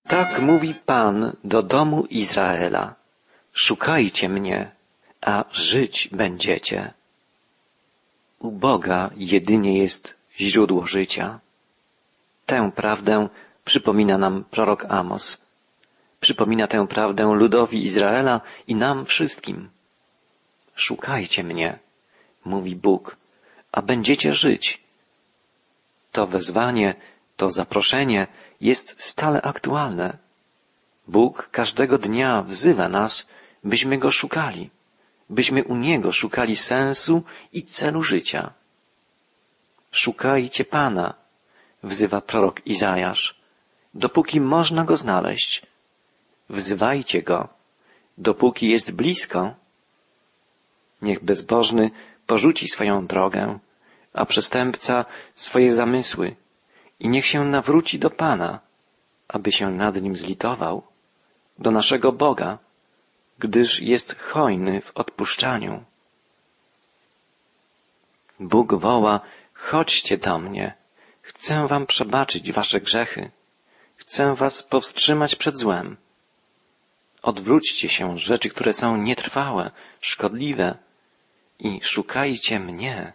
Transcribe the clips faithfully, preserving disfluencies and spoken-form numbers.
Tak mówi Pan do domu Izraela. Szukajcie mnie, a żyć będziecie. U Boga jedynie jest źródło życia. Tę prawdę przypomina nam prorok Amos. Przypomina tę prawdę ludowi Izraela i nam wszystkim. Szukajcie mnie, mówi Bóg, a będziecie żyć. To wezwanie, to zaproszenie jest stale aktualne. Bóg każdego dnia wzywa nas, byśmy Go szukali, byśmy u Niego szukali sensu i celu życia. Szukajcie Pana, wzywa prorok Izajasz, dopóki można Go znaleźć. Wzywajcie Go, dopóki jest blisko. Niech bezbożny porzuci swoją drogę, a przestępca swoje zamysły i niech się nawróci do Pana, aby się nad nim zlitował, do naszego Boga, gdyż jest hojny w odpuszczaniu. Bóg woła, chodźcie do mnie, chcę wam przebaczyć wasze grzechy, chcę was powstrzymać przed złem. Odwróćcie się od rzeczy, które są nietrwałe, szkodliwe i szukajcie mnie.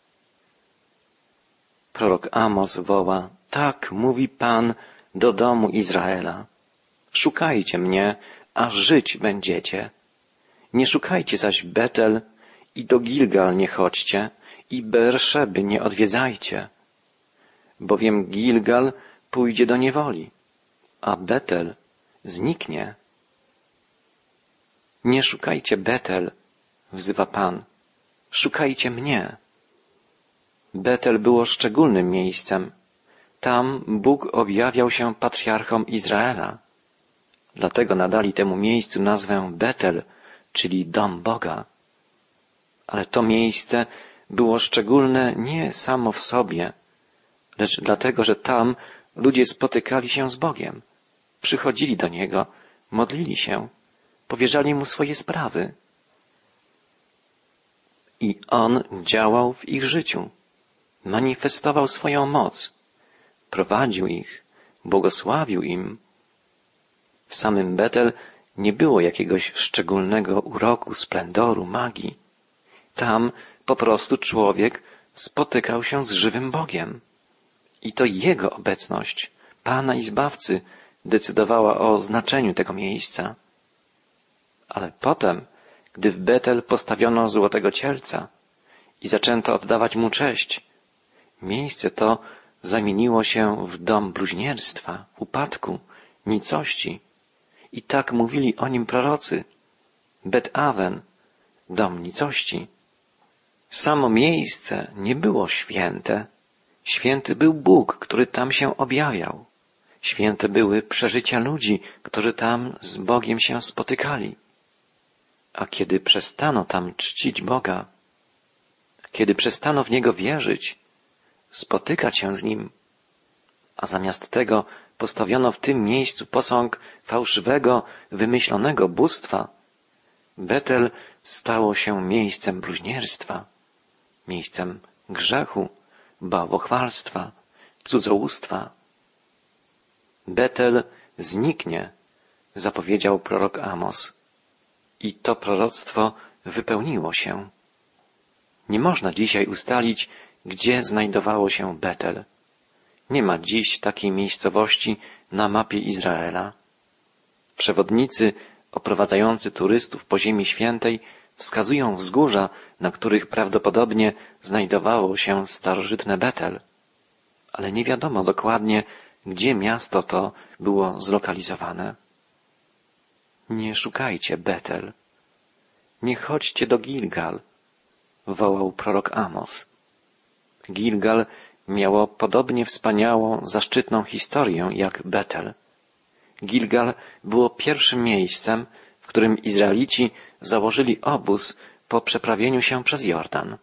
Prorok Amos woła, tak mówi Pan do domu Izraela. Szukajcie mnie, a żyć będziecie. Nie szukajcie zaś Betel i do Gilgal nie chodźcie i Beerszeby nie odwiedzajcie. Bowiem Gilgal pójdzie do niewoli, a Betel zniknie. Nie szukajcie Betel, wzywa Pan. Szukajcie mnie. Betel było szczególnym miejscem. Tam Bóg objawiał się patriarchom Izraela. Dlatego nadali temu miejscu nazwę Betel, czyli dom Boga. Ale to miejsce było szczególne nie samo w sobie, lecz dlatego, że tam ludzie spotykali się z Bogiem, przychodzili do Niego, modlili się, powierzali Mu swoje sprawy. I On działał w ich życiu, manifestował swoją moc, prowadził ich, błogosławił im. W samym Betel nie było jakiegoś szczególnego uroku, splendoru, magii. Tam po prostu człowiek spotykał się z żywym Bogiem. I to Jego obecność, Pana i Zbawcy, decydowała o znaczeniu tego miejsca. Ale potem, gdy w Betel postawiono złotego cielca i zaczęto oddawać mu cześć, miejsce to zamieniło się w dom bluźnierstwa, upadku, nicości. I tak mówili o nim prorocy. Bet-Awen, dom nicości. Samo miejsce nie było święte. Święty był Bóg, który tam się objawiał. Święte były przeżycia ludzi, którzy tam z Bogiem się spotykali. A kiedy przestano tam czcić Boga, kiedy przestano w Niego wierzyć, spotykać się z Nim, a zamiast tego postawiono w tym miejscu posąg fałszywego, wymyślonego bóstwa, Betel stało się miejscem bluźnierstwa, miejscem grzechu, bałwochwalstwa, cudzołóstwa. Betel zniknie, zapowiedział prorok Amos. I to proroctwo wypełniło się. Nie można dzisiaj ustalić, gdzie znajdowało się Betel. Nie ma dziś takiej miejscowości na mapie Izraela. Przewodnicy oprowadzający turystów po Ziemi Świętej wskazują wzgórza, na których prawdopodobnie znajdowało się starożytne Betel. Ale nie wiadomo dokładnie, gdzie miasto to było zlokalizowane. Nie szukajcie Betel. Nie chodźcie do Gilgal, wołał prorok Amos. Gilgal miało podobnie wspaniałą, zaszczytną historię jak Betel. Gilgal było pierwszym miejscem, w którym Izraelici założyli obóz po przeprawieniu się przez Jordan.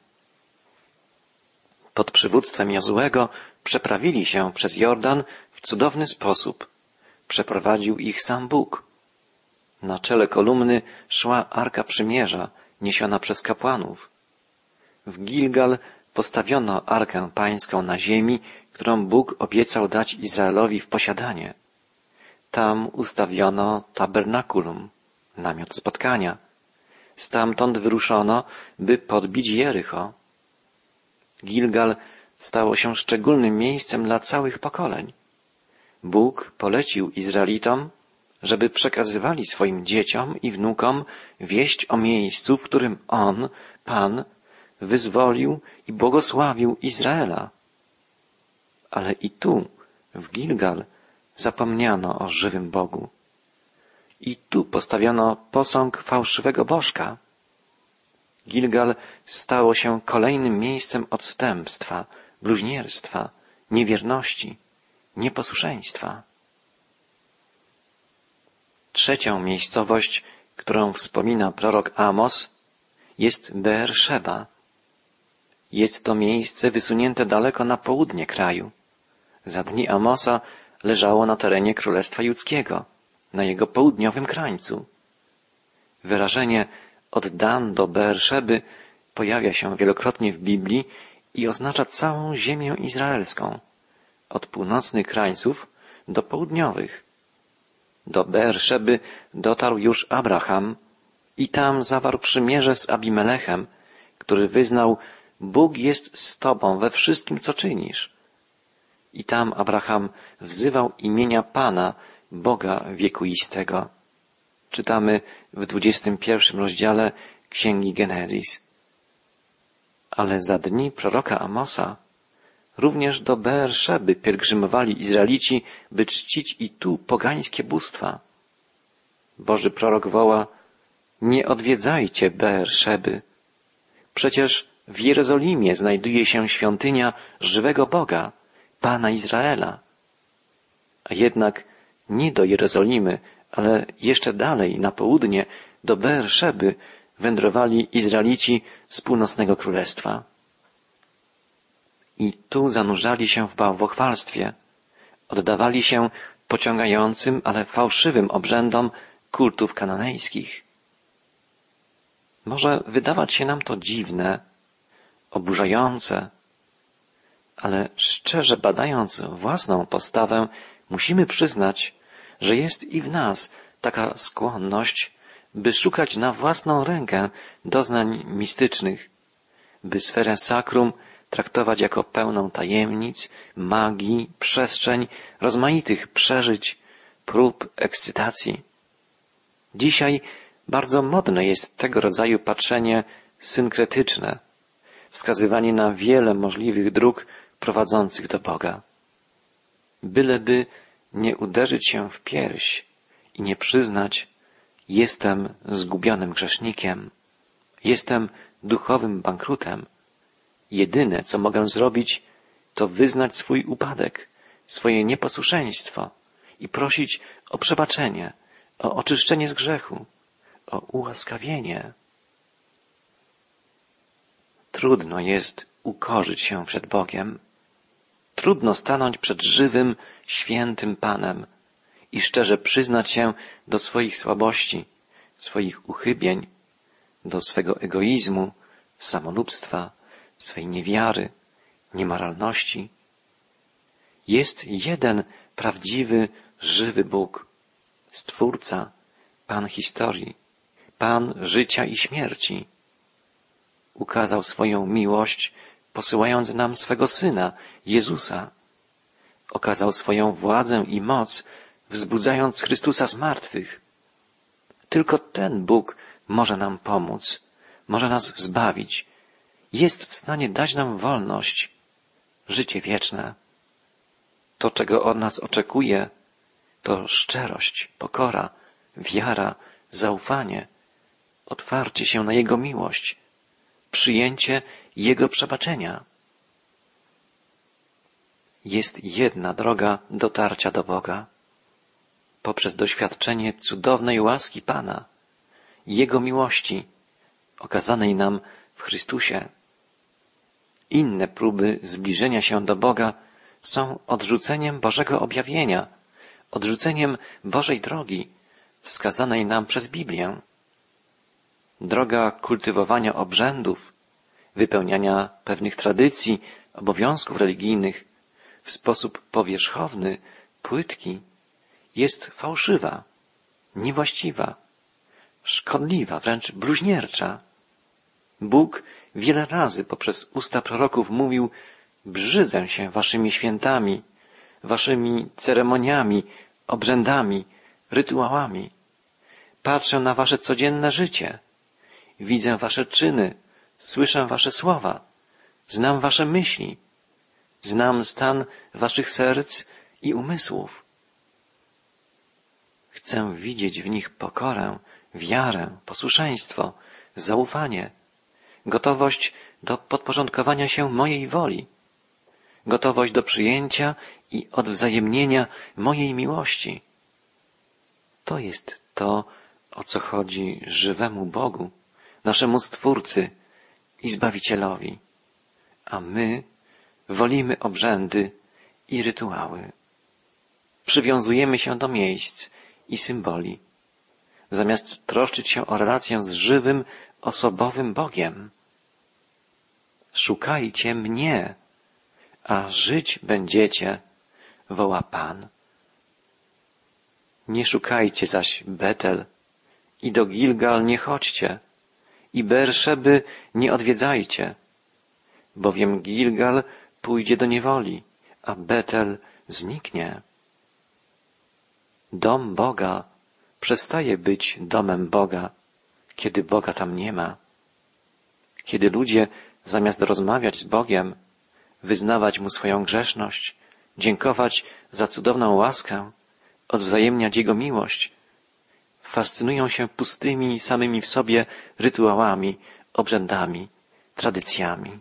Pod przywództwem Jozuego przeprawili się przez Jordan w cudowny sposób. Przeprowadził ich sam Bóg. Na czele kolumny szła Arka Przymierza, niesiona przez kapłanów. W Gilgal postawiono Arkę Pańską na ziemi, którą Bóg obiecał dać Izraelowi w posiadanie. Tam ustawiono tabernakulum, namiot spotkania. Stamtąd wyruszono, by podbić Jericho. Gilgal stało się szczególnym miejscem dla całych pokoleń. Bóg polecił Izraelitom, żeby przekazywali swoim dzieciom i wnukom wieść o miejscu, w którym On, Pan, wyzwolił i błogosławił Izraela. Ale i tu, w Gilgal, zapomniano o żywym Bogu. I tu postawiono posąg fałszywego bożka. Gilgal stało się kolejnym miejscem odstępstwa, bluźnierstwa, niewierności, nieposłuszeństwa. Trzecią miejscowość, którą wspomina prorok Amos, jest Beer-Szeba. Jest to miejsce wysunięte daleko na południe kraju. Za dni Amosa leżało na terenie Królestwa Judzkiego, na jego południowym krańcu. Wyrażenie od Dan do Beer-Szeby pojawia się wielokrotnie w Biblii i oznacza całą ziemię izraelską, od północnych krańców do południowych. Do Beer-Szeby dotarł już Abraham i tam zawarł przymierze z Abimelechem, który wyznał: Bóg jest z tobą we wszystkim, co czynisz. I tam Abraham wzywał imienia Pana, Boga wiekuistego. Czytamy w dwudziestym pierwszym rozdziale Księgi Genezis. Ale za dni proroka Amosa również do Beer-Szeby pielgrzymowali Izraelici, by czcić i tu pogańskie bóstwa. Boży prorok woła: nie odwiedzajcie Beer-Szeby. Przecież w Jerozolimie znajduje się świątynia żywego Boga, Pana Izraela. A jednak nie do Jerozolimy, ale jeszcze dalej, na południe, do Beer-Szeby wędrowali Izraelici z północnego królestwa. I tu zanurzali się w bałwochwalstwie, oddawali się pociągającym, ale fałszywym obrzędom kultów kananejskich. Może wydawać się nam to dziwne, oburzające, ale szczerze badając własną postawę, musimy przyznać, że jest i w nas taka skłonność, by szukać na własną rękę doznań mistycznych, by sferę sakrum traktować jako pełną tajemnic, magii, przestrzeń, rozmaitych przeżyć, prób, ekscytacji. Dzisiaj bardzo modne jest tego rodzaju patrzenie synkretyczne, wskazywanie na wiele możliwych dróg prowadzących do Boga. Byleby nie uderzyć się w pierś i nie przyznać: jestem zgubionym grzesznikiem, jestem duchowym bankrutem. Jedyne, co mogę zrobić, to wyznać swój upadek, swoje nieposłuszeństwo i prosić o przebaczenie, o oczyszczenie z grzechu, o ułaskawienie. Trudno jest ukorzyć się przed Bogiem. Trudno stanąć przed żywym, świętym Panem i szczerze przyznać się do swoich słabości, swoich uchybień, do swego egoizmu, samolubstwa, swej niewiary, niemoralności. Jest jeden prawdziwy, żywy Bóg, Stwórca, Pan historii, Pan życia i śmierci. Ukazał swoją miłość, posyłając nam swego Syna, Jezusa. Okazał swoją władzę i moc, wzbudzając Chrystusa z martwych. Tylko ten Bóg może nam pomóc, może nas zbawić. Jest w stanie dać nam wolność, życie wieczne. To, czego od nas oczekuje, to szczerość, pokora, wiara, zaufanie, otwarcie się na Jego miłość, przyjęcie Jego przebaczenia. Jest jedna droga dotarcia do Boga. Poprzez doświadczenie cudownej łaski Pana, Jego miłości, okazanej nam w Chrystusie. Inne próby zbliżenia się do Boga są odrzuceniem Bożego objawienia, odrzuceniem Bożej drogi, wskazanej nam przez Biblię. Droga kultywowania obrzędów, wypełniania pewnych tradycji, obowiązków religijnych w sposób powierzchowny, płytki, jest fałszywa, niewłaściwa, szkodliwa, wręcz bluźniercza. Bóg wiele razy poprzez usta proroków mówił: brzydzę się waszymi świętami, waszymi ceremoniami, obrzędami, rytuałami. Patrzę na wasze codzienne życie. Widzę wasze czyny, słyszę wasze słowa, znam wasze myśli, znam stan waszych serc i umysłów. Chcę widzieć w nich pokorę, wiarę, posłuszeństwo, zaufanie, gotowość do podporządkowania się mojej woli, gotowość do przyjęcia i odwzajemnienia mojej miłości. To jest to, o co chodzi żywemu Bogu, naszemu Stwórcy i Zbawicielowi, a my wolimy obrzędy i rytuały. Przywiązujemy się do miejsc i symboli, zamiast troszczyć się o relację z żywym, osobowym Bogiem. Szukajcie mnie, a żyć będziecie, woła Pan. Nie szukajcie zaś Betel i do Gilgal nie chodźcie i Beerszeby nie odwiedzajcie, bowiem Gilgal pójdzie do niewoli, a Betel zniknie. Dom Boga przestaje być domem Boga, kiedy Boga tam nie ma. Kiedy ludzie zamiast rozmawiać z Bogiem, wyznawać Mu swoją grzeszność, dziękować za cudowną łaskę, odwzajemniać Jego miłość, fascynują się pustymi samymi w sobie rytuałami, obrzędami, tradycjami.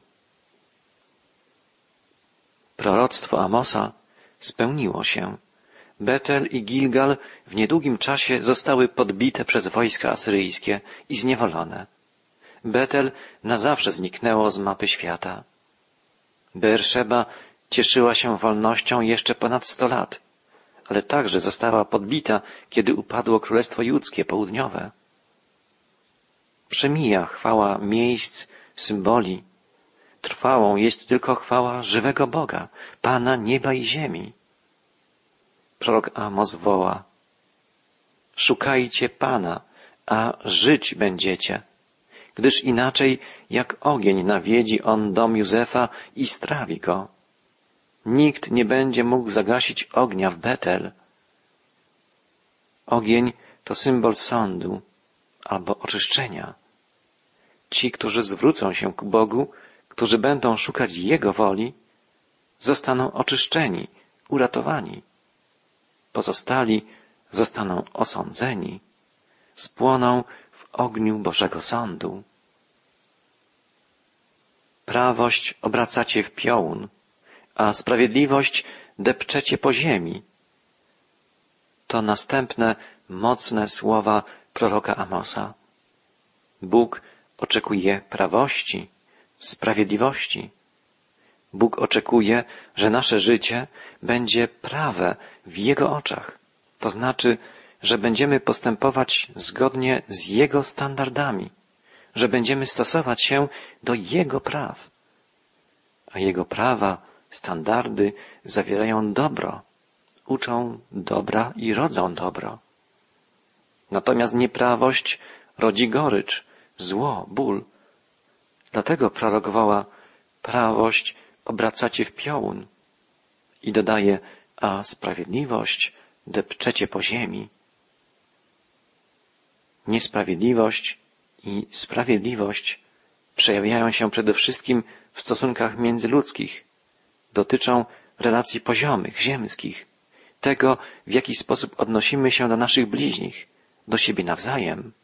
Proroctwo Amosa spełniło się. Betel i Gilgal w niedługim czasie zostały podbite przez wojska asyryjskie i zniewolone. Betel na zawsze zniknęło z mapy świata. Beerszeba cieszyła się wolnością jeszcze ponad sto lat, ale także została podbita, kiedy upadło Królestwo Judzkie Południowe. Przemija chwała miejsc, symboli. Trwałą jest tylko chwała żywego Boga, Pana nieba i ziemi. Prorok Amos woła: szukajcie Pana, a żyć będziecie, gdyż inaczej jak ogień nawiedzi on dom Józefa i strawi go. Nikt nie będzie mógł zagasić ognia w Betel. Ogień to symbol sądu albo oczyszczenia. Ci, którzy zwrócą się ku Bogu, którzy będą szukać Jego woli, zostaną oczyszczeni, uratowani. Pozostali zostaną osądzeni, spłoną w ogniu Bożego Sądu. Prawość obracacie w piołun, a sprawiedliwość depczecie po ziemi. To następne, mocne słowa proroka Amosa. Bóg oczekuje prawości, sprawiedliwości. Bóg oczekuje, że nasze życie będzie prawe w Jego oczach. To znaczy, że będziemy postępować zgodnie z Jego standardami, że będziemy stosować się do Jego praw. A Jego prawa, standardy zawierają dobro, uczą dobra i rodzą dobro. Natomiast nieprawość rodzi gorycz, zło, ból. Dlatego prorok woła: prawość obracacie w piołun. I dodaje: a sprawiedliwość depczecie po ziemi. Niesprawiedliwość i sprawiedliwość przejawiają się przede wszystkim w stosunkach międzyludzkich. Dotyczą relacji poziomych, ziemskich, tego, w jaki sposób odnosimy się do naszych bliźnich, do siebie nawzajem.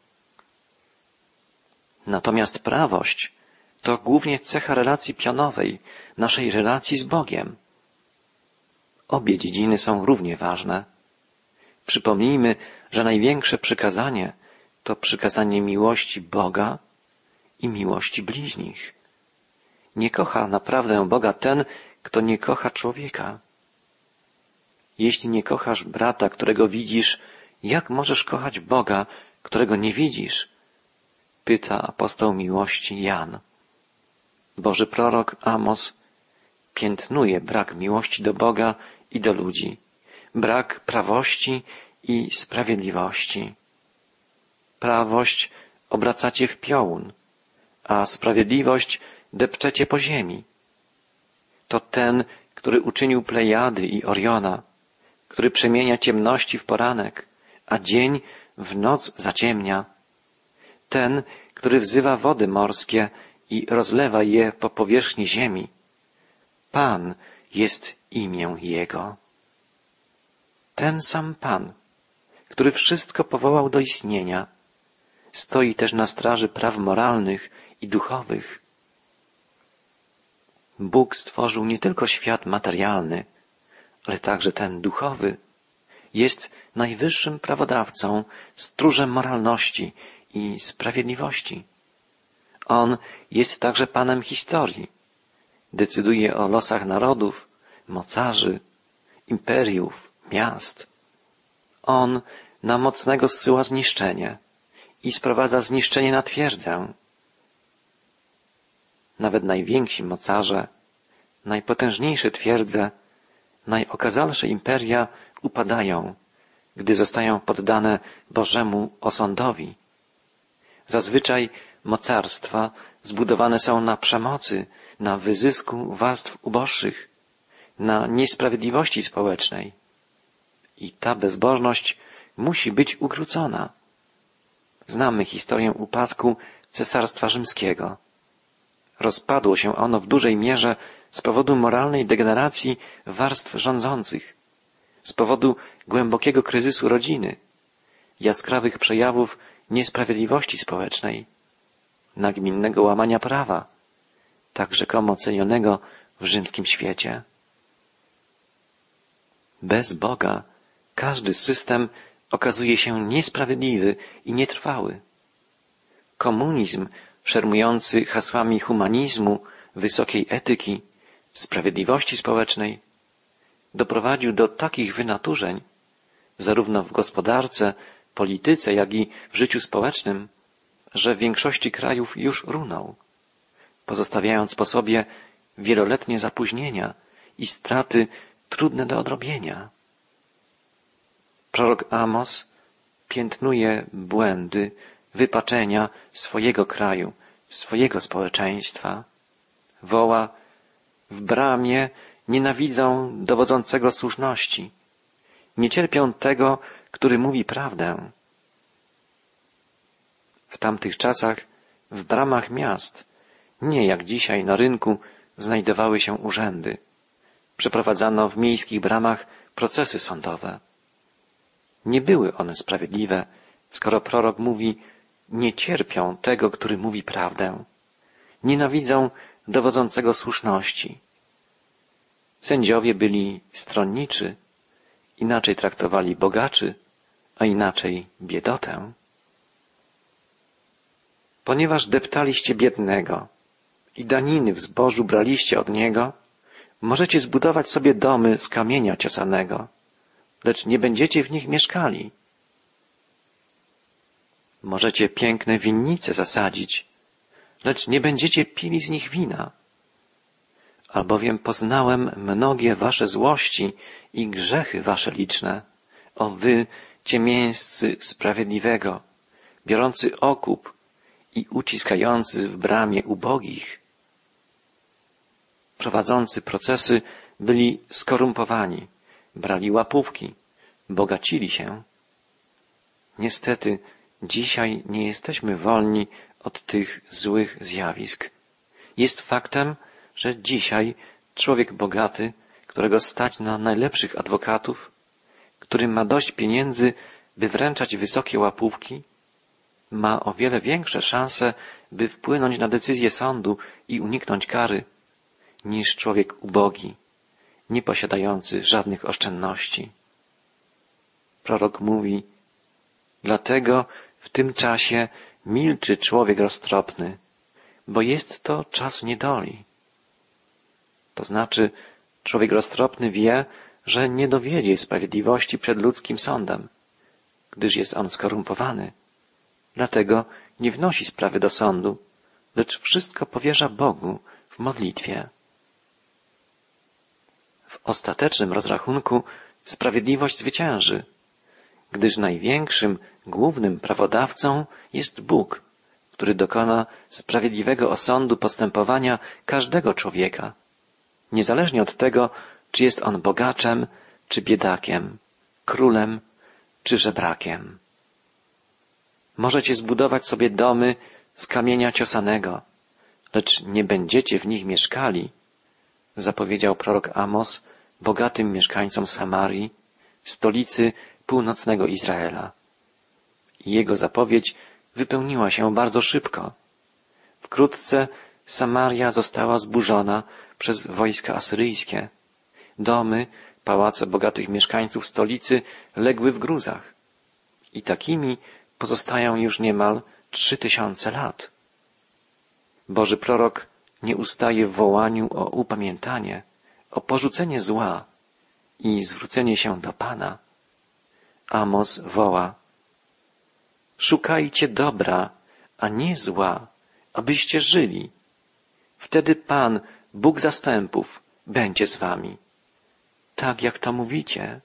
Natomiast prawość to głównie cecha relacji pionowej, naszej relacji z Bogiem. Obie dziedziny są równie ważne. Przypomnijmy, że największe przykazanie to przykazanie miłości Boga i miłości bliźnich. Nie kocha naprawdę Boga ten, kto nie kocha człowieka. Jeśli nie kochasz brata, którego widzisz, jak możesz kochać Boga, którego nie widzisz? Pyta apostoł miłości Jan. Boży prorok Amos piętnuje brak miłości do Boga i do ludzi. brak prawości i sprawiedliwości. Prawość obracacie w piołun, a sprawiedliwość depczecie po ziemi. To ten, który uczynił Plejady i Oriona, który przemienia ciemności w poranek, a dzień w noc zaciemnia. Ten, który wzywa wody morskie i rozlewa je po powierzchni ziemi. Pan jest imię Jego. Ten sam Pan, który wszystko powołał do istnienia, stoi też na straży praw moralnych i duchowych. Bóg stworzył nie tylko świat materialny, ale także ten duchowy. Jest najwyższym prawodawcą, stróżem moralności i sprawiedliwości. On jest także Panem historii. Decyduje o losach narodów, mocarzy, imperiów, miast. On na mocnego zsyła zniszczenie i sprowadza zniszczenie na twierdzę. Nawet najwięksi mocarze, najpotężniejsze twierdze, najokazalsze imperia upadają, gdy zostają poddane Bożemu osądowi. Zazwyczaj mocarstwa zbudowane są na przemocy, na wyzysku warstw uboższych, na niesprawiedliwości społecznej. I ta bezbożność musi być ukrócona. Znamy historię upadku Cesarstwa Rzymskiego. Rozpadło się ono w dużej mierze z powodu moralnej degeneracji warstw rządzących, z powodu głębokiego kryzysu rodziny, jaskrawych przejawów niesprawiedliwości społecznej, nagminnego łamania prawa, tak rzekomo cenionego w rzymskim świecie. Bez Boga każdy system okazuje się niesprawiedliwy i nietrwały. Komunizm, szermujący hasłami humanizmu, wysokiej etyki, sprawiedliwości społecznej, doprowadził do takich wynaturzeń, zarówno w gospodarce, polityce, jak i w życiu społecznym, że w większości krajów już runął, pozostawiając po sobie wieloletnie zapóźnienia i straty trudne do odrobienia. Prorok Amos piętnuje błędy, wypaczenia swojego kraju, swojego społeczeństwa. Woła: w bramie nienawidzą dowodzącego słuszności. Nie cierpią tego, który mówi prawdę. W tamtych czasach w bramach miast, nie jak dzisiaj na rynku, znajdowały się urzędy. Przeprowadzano w miejskich bramach procesy sądowe. Nie były one sprawiedliwe, skoro prorok mówi: nie cierpią tego, który mówi prawdę. Nienawidzą dowodzącego słuszności. Sędziowie byli stronniczy, inaczej traktowali bogaczy, a inaczej biedotę. Ponieważ deptaliście biednego i daniny w zbożu braliście od niego, możecie zbudować sobie domy z kamienia ciosanego, lecz nie będziecie w nich mieszkali. Możecie piękne winnice zasadzić, lecz nie będziecie pili z nich wina. Albowiem poznałem mnogie wasze złości i grzechy wasze liczne, o wy, ciemięscy sprawiedliwego, biorący okup i uciskający w bramie ubogich. Prowadzący procesy byli skorumpowani, brali łapówki, bogacili się. Niestety, dzisiaj nie jesteśmy wolni od tych złych zjawisk. Jest faktem, że dzisiaj człowiek bogaty, którego stać na najlepszych adwokatów, który ma dość pieniędzy, by wręczać wysokie łapówki, ma o wiele większe szanse, by wpłynąć na decyzję sądu i uniknąć kary, niż człowiek ubogi, nie posiadający żadnych oszczędności. Prorok mówi: dlatego w tym czasie milczy człowiek roztropny, bo jest to czas niedoli. To znaczy, człowiek roztropny wie, że nie dowiedzie sprawiedliwości przed ludzkim sądem, gdyż jest on skorumpowany. Dlatego nie wnosi sprawy do sądu, lecz wszystko powierza Bogu w modlitwie. W ostatecznym rozrachunku sprawiedliwość zwycięży, gdyż największym, głównym prawodawcą jest Bóg, który dokona sprawiedliwego osądu postępowania każdego człowieka, niezależnie od tego, czy jest on bogaczem, czy biedakiem, królem, czy żebrakiem. Możecie zbudować sobie domy z kamienia ciosanego, lecz nie będziecie w nich mieszkali, zapowiedział prorok Amos bogatym mieszkańcom Samarii, stolicy północnego Izraela. I jego zapowiedź wypełniła się bardzo szybko. Wkrótce Samaria została zburzona przez wojska asyryjskie. Domy, pałace bogatych mieszkańców stolicy legły w gruzach. I takimi pozostają już niemal trzy tysiące lat. Boży prorok nie ustaje w wołaniu o upamiętanie, o porzucenie zła i zwrócenie się do Pana. Amos woła: szukajcie dobra, a nie zła, abyście żyli. Wtedy Pan, Bóg zastępów, będzie z wami. Tak jak to mówicie.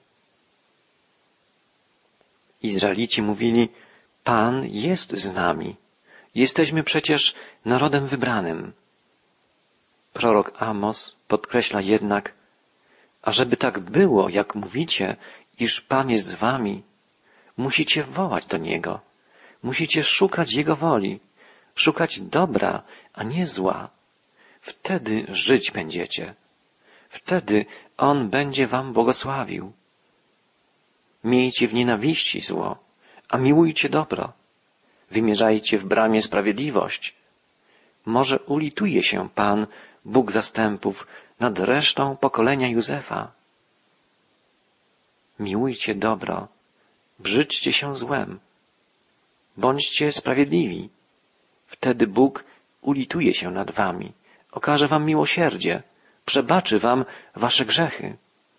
Izraelici mówili: Pan jest z nami. Jesteśmy przecież narodem wybranym. Prorok Amos podkreśla jednak: a żeby tak było, jak mówicie, iż Pan jest z wami, musicie wołać do Niego. Musicie szukać Jego woli, szukać dobra, a nie zła. Wtedy żyć będziecie. Wtedy On będzie wam błogosławił. Miejcie w nienawiści zło, a miłujcie dobro. Wymierzajcie w bramie sprawiedliwość. Może ulituje się Pan, Bóg zastępów, nad resztą pokolenia Józefa. Miłujcie dobro, brzydźcie się złem. Bądźcie sprawiedliwi. Wtedy Bóg ulituje się nad wami, okaże wam miłosierdzie, przebaczy wam wasze grzechy.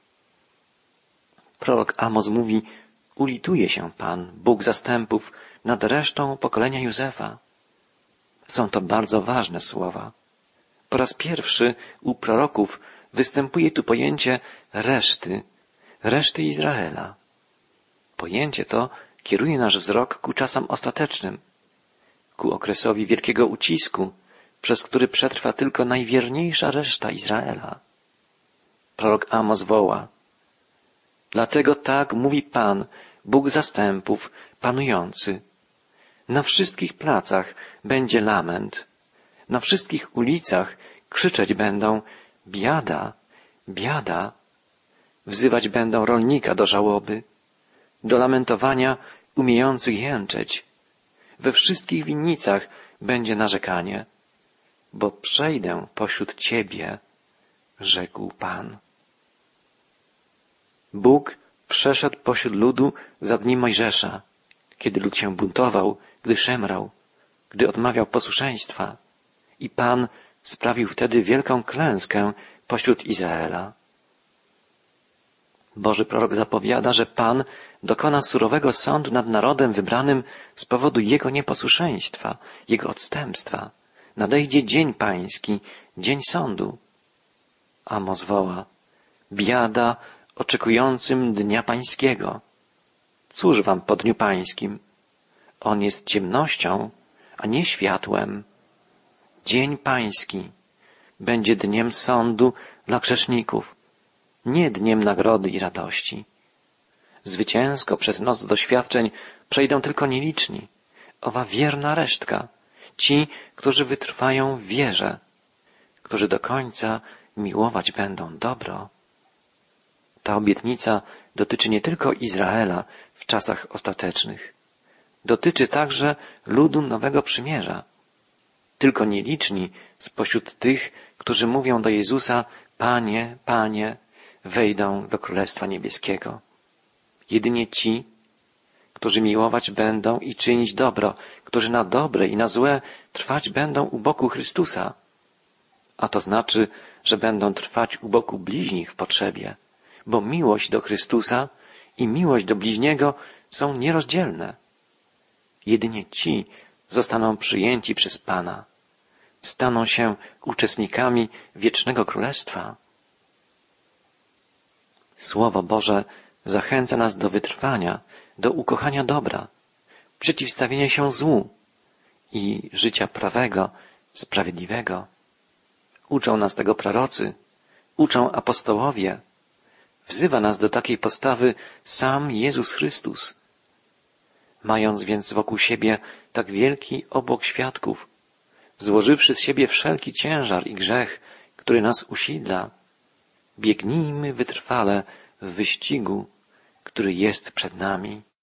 Prorok Amos mówi: ulituje się Pan, Bóg zastępów, nad resztą pokolenia Józefa. Są to bardzo ważne słowa. Po raz pierwszy u proroków występuje tu pojęcie reszty, reszty Izraela. Pojęcie to kieruje nasz wzrok ku czasom ostatecznym, ku okresowi wielkiego ucisku, przez który przetrwa tylko najwierniejsza reszta Izraela. Prorok Amos woła: dlatego tak mówi Pan, Bóg zastępów, panujący. Na wszystkich placach będzie lament, na wszystkich ulicach krzyczeć będą: biada, biada. Wzywać będą rolnika do żałoby, do lamentowania umiejących jęczeć. We wszystkich winnicach będzie narzekanie, bo przejdę pośród Ciebie, rzekł Pan. Bóg przeszedł pośród ludu za dni Mojżesza, kiedy lud się buntował, gdy szemrał, gdy odmawiał posłuszeństwa, i Pan sprawił wtedy wielką klęskę pośród Izraela. Boży prorok zapowiada, że Pan dokona surowego sądu nad narodem wybranym z powodu jego nieposłuszeństwa, jego odstępstwa. Nadejdzie dzień pański, dzień sądu. Amos woła: biada oczekującym dnia pańskiego. Cóż wam po dniu pańskim? On jest ciemnością, a nie światłem. Dzień pański będzie dniem sądu dla grzeszników, nie dniem nagrody i radości. Zwycięsko przez noc doświadczeń przejdą tylko nieliczni, owa wierna resztka, ci, którzy wytrwają w wierze, którzy do końca miłować będą dobro. Ta obietnica dotyczy nie tylko Izraela w czasach ostatecznych. Dotyczy także ludu Nowego Przymierza. Tylko nieliczni spośród tych, którzy mówią do Jezusa: Panie, Panie, wejdą do Królestwa Niebieskiego. Jedynie ci, którzy miłować będą i czynić dobro, którzy na dobre i na złe trwać będą u boku Chrystusa. A to znaczy, że będą trwać u boku bliźnich w potrzebie, bo miłość do Chrystusa i miłość do bliźniego są nierozdzielne. Jedynie ci zostaną przyjęci przez Pana, staną się uczestnikami wiecznego Królestwa. Słowo Boże Zachęca nas do wytrwania, do ukochania dobra, przeciwstawienia się złu i życia prawego, sprawiedliwego. Uczą nas tego prorocy, uczą apostołowie. Wzywa nas do takiej postawy sam Jezus Chrystus. Mając więc wokół siebie tak wielki obłok świadków, złożywszy z siebie wszelki ciężar i grzech, który nas usidla, biegnijmy wytrwale w wyścigu, który jest przed nami.